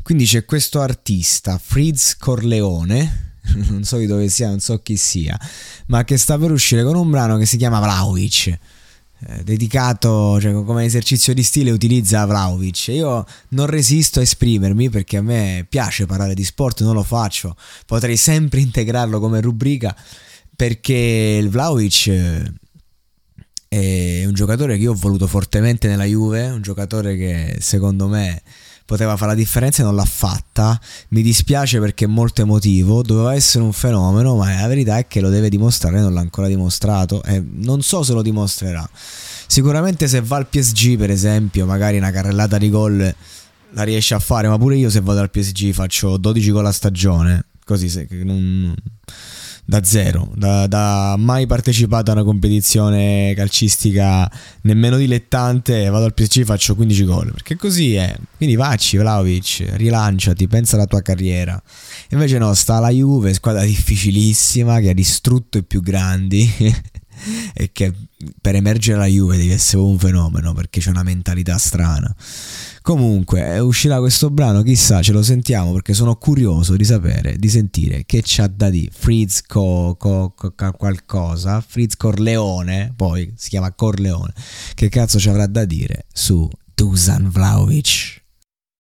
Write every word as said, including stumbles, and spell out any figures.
Quindi c'è questo artista, Freeze Corleone, non so di dove sia, non so chi sia, ma che sta per uscire con un brano che si chiama Vlahovic, eh, dedicato, cioè come esercizio di stile utilizza Vlahovic. Io non resisto a esprimermi perché a me piace parlare di sport, non lo faccio, potrei sempre integrarlo come rubrica, perché il Vlahovic è un giocatore che io ho voluto fortemente nella Juve, un giocatore che secondo me poteva fare la differenza e non l'ha fatta. Mi dispiace perché è molto emotivo, doveva essere un fenomeno, ma la verità è che lo deve dimostrare, non l'ha ancora dimostrato e non so se lo dimostrerà. Sicuramente se va al P S G, per esempio, magari una carrellata di gol la riesce a fare, ma pure io se vado al P S G faccio dodici gol a stagione, così se, non, da zero, da, da mai partecipato a una competizione calcistica nemmeno dilettante, vado al P S G e faccio quindici gol, perché così è. Quindi vacci Vlahovic, rilanciati, pensa alla tua carriera. Invece no, sta la Juve, squadra difficilissima che ha distrutto i più grandi e che per emergere la Juve devi essere un fenomeno, perché c'è una mentalità strana. Comunque uscirà questo brano, chissà, ce lo sentiamo perché sono curioso di sapere, di sentire che c'ha da dire Freeze co, co, co, qualcosa, Freeze Corleone, poi si chiama Corleone, che cazzo ci avrà da dire su Dusan Vlahovic.